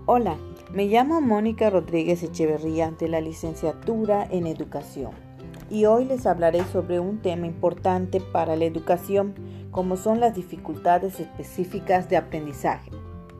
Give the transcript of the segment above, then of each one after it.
Hola, me llamo Mónica Rodríguez Echeverría de la Licenciatura en Educación y hoy les hablaré sobre un tema importante para la educación, como son las dificultades específicas de aprendizaje.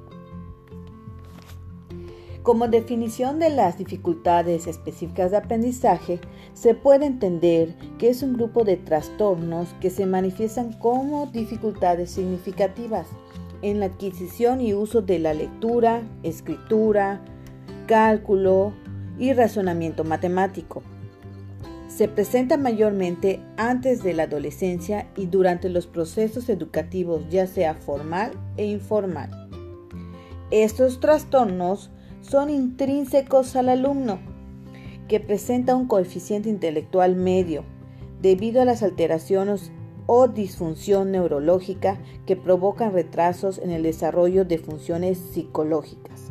Como definición de las dificultades específicas de aprendizaje, se puede entender que es un grupo de trastornos que se manifiestan como dificultades significativas en la adquisición y uso de la lectura, escritura, cálculo y razonamiento matemático. Se presenta mayormente antes de la adolescencia y durante los procesos educativos, ya sea formal e informal. Estos trastornos son intrínsecos al alumno, que presenta un coeficiente intelectual medio, debido a las alteraciones o disfunción neurológica que provocan retrasos en el desarrollo de funciones psicológicas.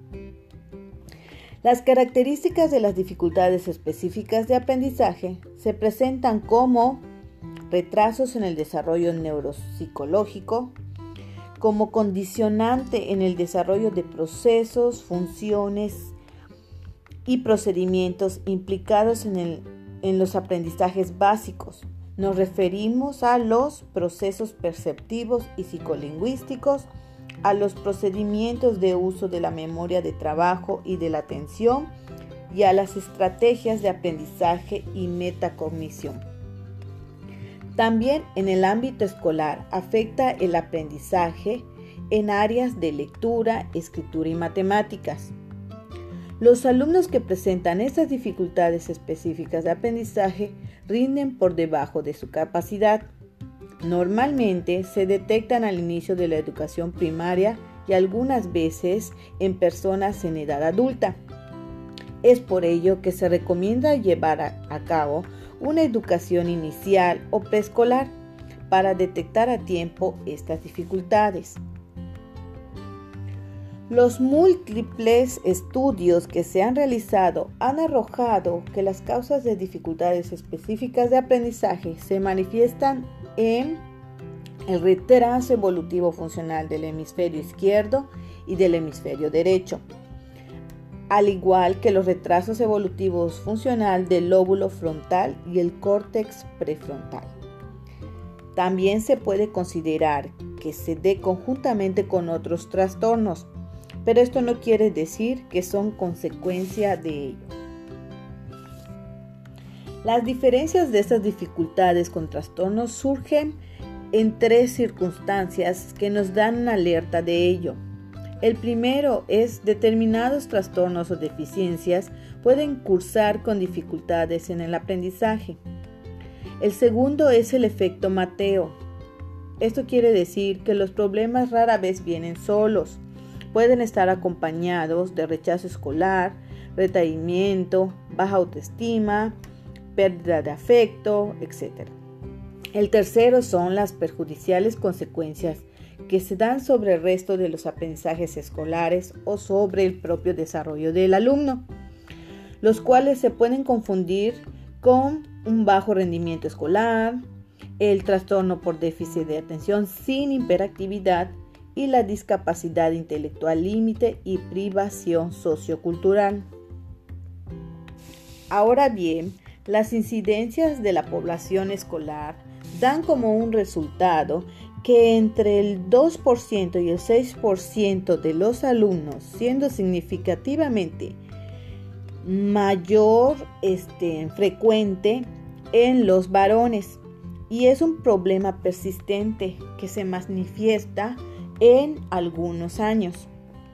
Las características de las dificultades específicas de aprendizaje se presentan como retrasos en el desarrollo neuropsicológico, como condicionante en el desarrollo de procesos, funciones y procedimientos implicados en los aprendizajes básicos. Nos referimos a los procesos perceptivos y psicolingüísticos, a los procedimientos de uso de la memoria de trabajo y de la atención y a las estrategias de aprendizaje y metacognición. También en el ámbito escolar afecta el aprendizaje en áreas de lectura, escritura y matemáticas. Los alumnos que presentan estas dificultades específicas de aprendizaje rinden por debajo de su capacidad. Normalmente se detectan al inicio de la educación primaria y algunas veces en personas en edad adulta. Es por ello que se recomienda llevar a cabo una educación inicial o preescolar para detectar a tiempo estas dificultades. Los múltiples estudios que se han realizado han arrojado que las causas de dificultades específicas de aprendizaje se manifiestan en el retraso evolutivo funcional del hemisferio izquierdo y del hemisferio derecho, al igual que los retrasos evolutivos funcional del lóbulo frontal y el córtex prefrontal. También se puede considerar que se dé conjuntamente con otros trastornos, pero esto no quiere decir que son consecuencia de ello. Las diferencias de estas dificultades con trastornos surgen en tres circunstancias que nos dan una alerta de ello. El primero es determinados trastornos o deficiencias pueden cursar con dificultades en el aprendizaje. El segundo es el efecto Mateo. Esto quiere decir que los problemas rara vez vienen solos. Pueden estar acompañados de rechazo escolar, retraimiento, baja autoestima, pérdida de afecto, etc. El tercero son las perjudiciales consecuencias que se dan sobre el resto de los aprendizajes escolares o sobre el propio desarrollo del alumno, los cuales se pueden confundir con un bajo rendimiento escolar, el trastorno por déficit de atención sin hiperactividad y la discapacidad intelectual límite y privación sociocultural. Ahora bien, las incidencias de la población escolar dan como un resultado que entre el 2% y el 6% de los alumnos, siendo significativamente mayor frecuente en los varones, y es un problema persistente que se manifiesta en algunos años.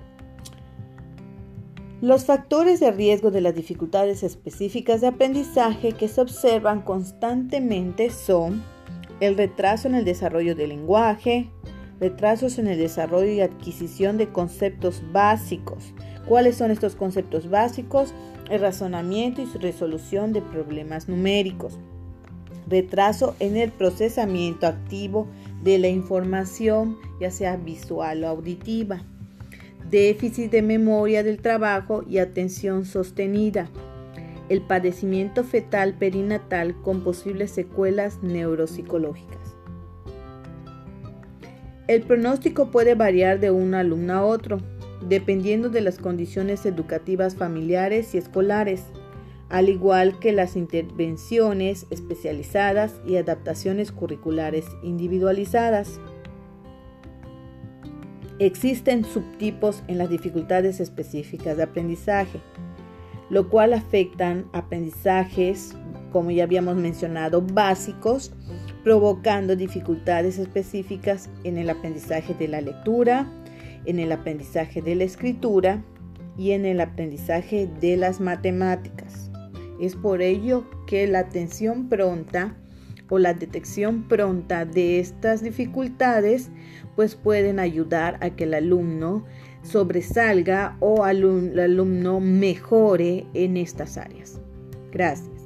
Los factores de riesgo de las dificultades específicas de aprendizaje que se observan constantemente son el retraso en el desarrollo del lenguaje, retrasos en el desarrollo y adquisición de conceptos básicos. ¿Cuáles son estos conceptos básicos? El razonamiento y su resolución de problemas numéricos. Retraso en el procesamiento activo de la información, ya sea visual o auditiva. Déficit de memoria del trabajo y atención sostenida. El padecimiento fetal perinatal con posibles secuelas neuropsicológicas. El pronóstico puede variar de un alumno a otro, dependiendo de las condiciones educativas familiares y escolares, al igual que las intervenciones especializadas y adaptaciones curriculares individualizadas. Existen subtipos en las dificultades específicas de aprendizaje, lo cual afectan aprendizajes, como ya habíamos mencionado, básicos, provocando dificultades específicas en el aprendizaje de la lectura, en el aprendizaje de la escritura y en el aprendizaje de las matemáticas. Es por ello que la atención pronta o la detección pronta de estas dificultades pues pueden ayudar a que el alumno sobresalga o el alumno mejore en estas áreas. Gracias.